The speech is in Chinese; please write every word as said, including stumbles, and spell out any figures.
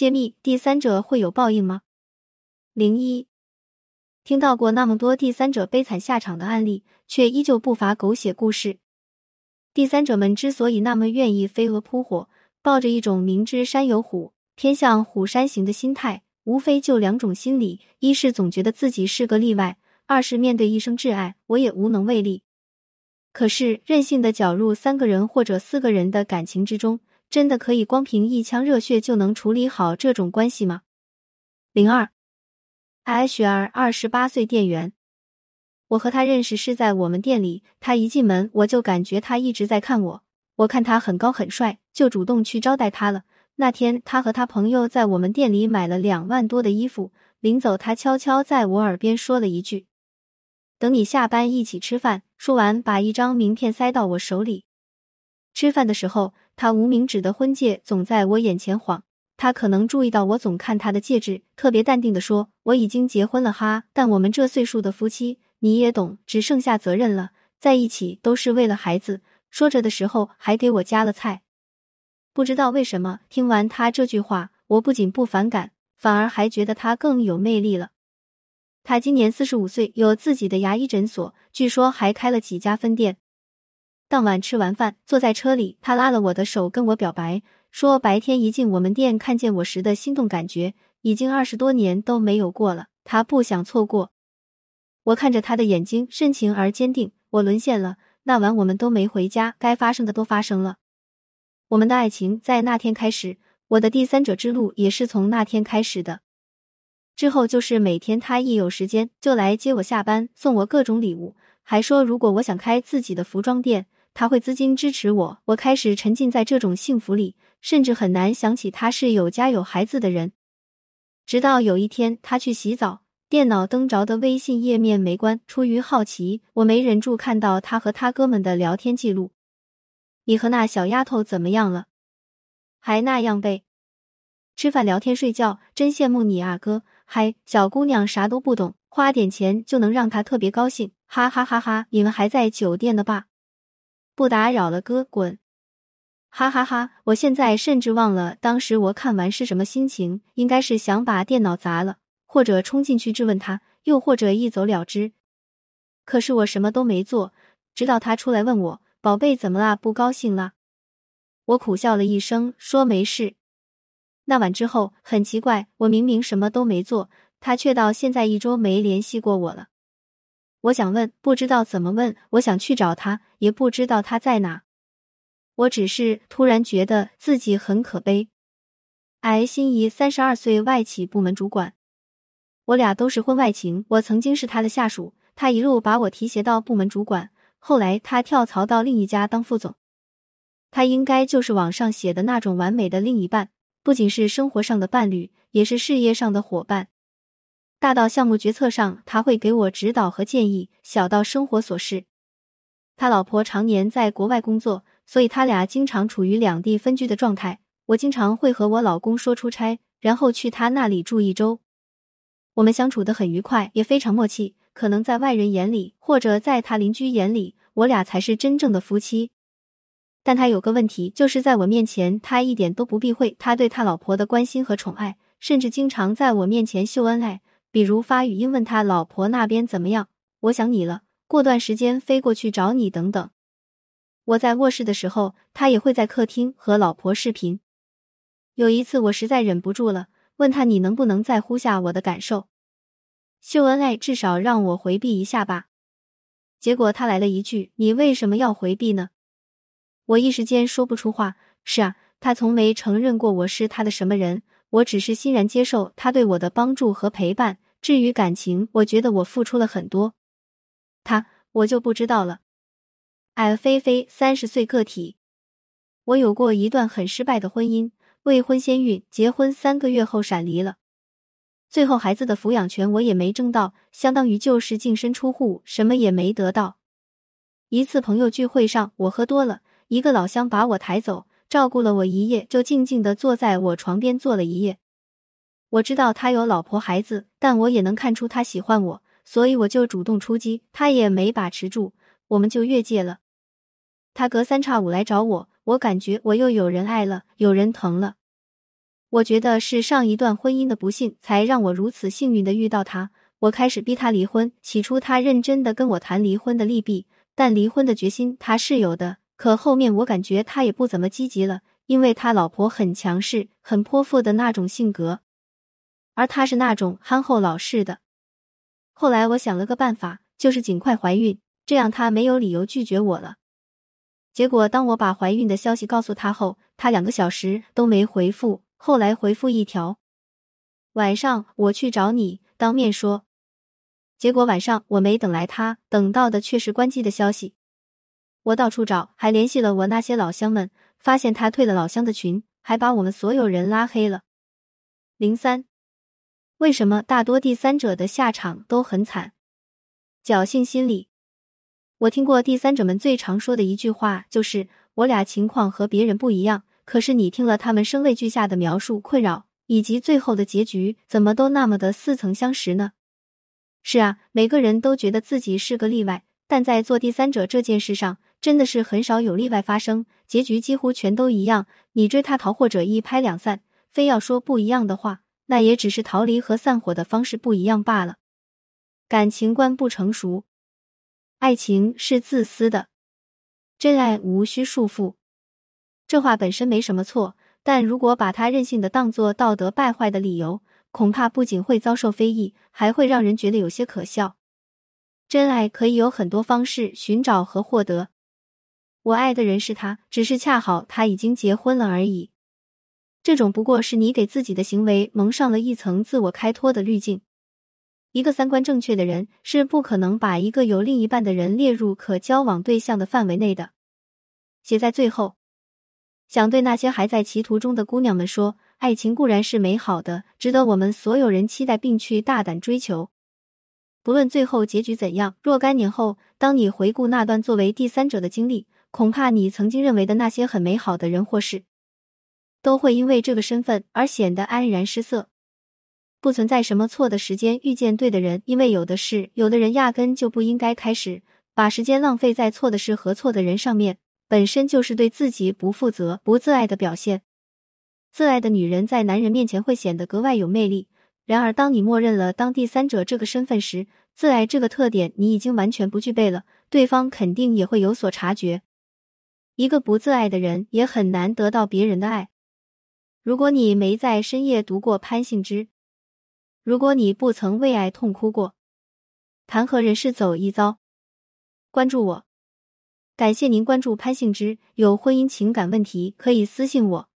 揭秘第三者会有报应吗？零一，听到过那么多第三者悲惨下场的案例，却依旧不乏狗血故事。第三者们之所以那么愿意飞蛾扑火，抱着一种明知山有虎，偏向虎山行的心态，无非就两种心理：一是总觉得自己是个例外，二是面对一生挚爱，我也无能为力。可是任性的搅入三个人或者四个人的感情之中，真的可以光凭一腔热血就能处理好这种关系吗？零二，艾雪儿，二十八岁店员。我和他认识是在我们店里，他一进门我就感觉他一直在看我，我看他很高很帅，就主动去招待他了。那天他和他朋友在我们店里买了两万多的衣服，临走他悄悄在我耳边说了一句：等你下班一起吃饭，说完把一张名片塞到我手里。吃饭的时候，他无名指的婚戒总在我眼前晃，他可能注意到我总看他的戒指，特别淡定地说：我已经结婚了哈，但我们这岁数的夫妻，你也懂，只剩下责任了，在一起都是为了孩子。说着的时候还给我夹了菜。不知道为什么，听完他这句话，我不仅不反感，反而还觉得他更有魅力了。他今年四十五岁，有自己的牙医诊所，据说还开了几家分店。当晚吃完饭，坐在车里，他拉了我的手跟我表白，说白天一进我们店看见我时的心动感觉，已经二十多年都没有过了，他不想错过。我看着他的眼睛，深情而坚定，我沦陷了。那晚我们都没回家，该发生的都发生了。我们的爱情在那天开始，我的第三者之路也是从那天开始的。之后就是每天他一有时间就来接我下班，送我各种礼物，还说如果我想开自己的服装店，他会资金支持我。我开始沉浸在这种幸福里，甚至很难想起他是有家有孩子的人。直到有一天他去洗澡，电脑登着的微信页面没关，出于好奇，我没忍住看到他和他哥们的聊天记录。你和那小丫头怎么样了？还那样背？吃饭聊天睡觉，真羡慕你啊哥。嗨，小姑娘啥都不懂，花点钱就能让她特别高兴，哈哈哈哈！你们还在酒店呢吧？不打扰了哥，滚！哈哈哈！我现在甚至忘了当时我看完是什么心情，应该是想把电脑砸了，或者冲进去质问他，又或者一走了之。可是我什么都没做，直到他出来问我，宝贝怎么啦，不高兴啦？我苦笑了一声，说没事。那晚之后，很奇怪，我明明什么都没做，他却到现在一周没联系过我了。我想问，不知道怎么问，我想去找他，也不知道他在哪。我只是突然觉得自己很可悲。哎，心仪三十二岁，外企部门主管。我俩都是婚外情，我曾经是他的下属，他一路把我提携到部门主管，后来他跳槽到另一家当副总。他应该就是网上写的那种完美的另一半，不仅是生活上的伴侣，也是事业上的伙伴。大到项目决策上，他会给我指导和建议，小到生活琐事。他老婆常年在国外工作，所以他俩经常处于两地分居的状态。我经常会和我老公说出差，然后去他那里住一周。我们相处得很愉快，也非常默契，可能在外人眼里，或者在他邻居眼里，我俩才是真正的夫妻。但他有个问题，就是在我面前，他一点都不避讳他对他老婆的关心和宠爱，甚至经常在我面前秀恩爱，比如发语音问他老婆那边怎么样，我想你了，过段时间飞过去找你等等。我在卧室的时候，他也会在客厅和老婆视频。有一次我实在忍不住了，问他你能不能在乎下我的感受？秀恩爱至少让我回避一下吧。结果他来了一句，你为什么要回避呢？我一时间说不出话。是啊，他从没承认过我是他的什么人，我只是欣然接受他对我的帮助和陪伴。至于感情，我觉得我付出了很多。他，我就不知道了。哎，菲菲，三十岁个体。我有过一段很失败的婚姻，未婚先孕，结婚三个月后闪离了。最后孩子的抚养权我也没争到，相当于就是净身出户，什么也没得到。一次朋友聚会上，我喝多了，一个老乡把我抬走，照顾了我一夜，就静静地坐在我床边坐了一夜。我知道他有老婆孩子，但我也能看出他喜欢我，所以我就主动出击，他也没把持住，我们就越界了。他隔三差五来找我，我感觉我又有人爱了，有人疼了。 我觉得是上一段婚姻的不幸，才让我如此幸运的遇到他。我开始逼他离婚，起初他认真的跟我谈离婚的利弊，但离婚的决心他是有的。可后面我感觉他也不怎么积极了，因为他老婆很强势、很泼妇的那种性格，而他是那种憨厚老实的。后来我想了个办法，就是尽快怀孕，这样他没有理由拒绝我了。结果当我把怀孕的消息告诉他后，他两个小时都没回复，后来回复一条：晚上我去找你，当面说。结果晚上我没等来他，等到的却是关机的消息。我到处找，还联系了我那些老乡们，发现他退了老乡的群，还把我们所有人拉黑了。零三，为什么大多第三者的下场都很惨？侥幸心理。我听过第三者们最常说的一句话，就是我俩情况和别人不一样，可是你听了他们声泪俱下的描述困扰，以及最后的结局，怎么都那么的似曾相识呢？是啊，每个人都觉得自己是个例外，但在做第三者这件事上，真的是很少有例外发生，结局几乎全都一样。你追他逃或者一拍两散，非要说不一样的话，那也只是逃离和散伙的方式不一样罢了。感情观不成熟。爱情是自私的，真爱无需束缚。这话本身没什么错，但如果把它任性的当作道德败坏的理由，恐怕不仅会遭受非议，还会让人觉得有些可笑。真爱可以有很多方式寻找和获得。我爱的人是他，只是恰好他已经结婚了而已。这种不过是你给自己的行为蒙上了一层自我开脱的滤镜。一个三观正确的人是不可能把一个有另一半的人列入可交往对象的范围内的。写在最后，想对那些还在歧途中的姑娘们说，爱情固然是美好的，值得我们所有人期待并去大胆追求。不论最后结局怎样，若干年后，当你回顾那段作为第三者的经历，恐怕你曾经认为的那些很美好的人或事，都会因为这个身份而显得黯然失色。不存在什么错的时间遇见对的人，因为有的事，有的人压根就不应该开始。把时间浪费在错的事和错的人上面，本身就是对自己不负责、不自爱的表现。自爱的女人在男人面前会显得格外有魅力，然而当你默认了当第三者这个身份时，自爱这个特点你已经完全不具备了，对方肯定也会有所察觉。一个不自爱的人也很难得到别人的爱。如果你没在深夜读过潘幸之，如果你不曾为爱痛哭过，谈何人世走一遭？关注我。感谢您关注潘幸之，有婚姻情感问题可以私信我。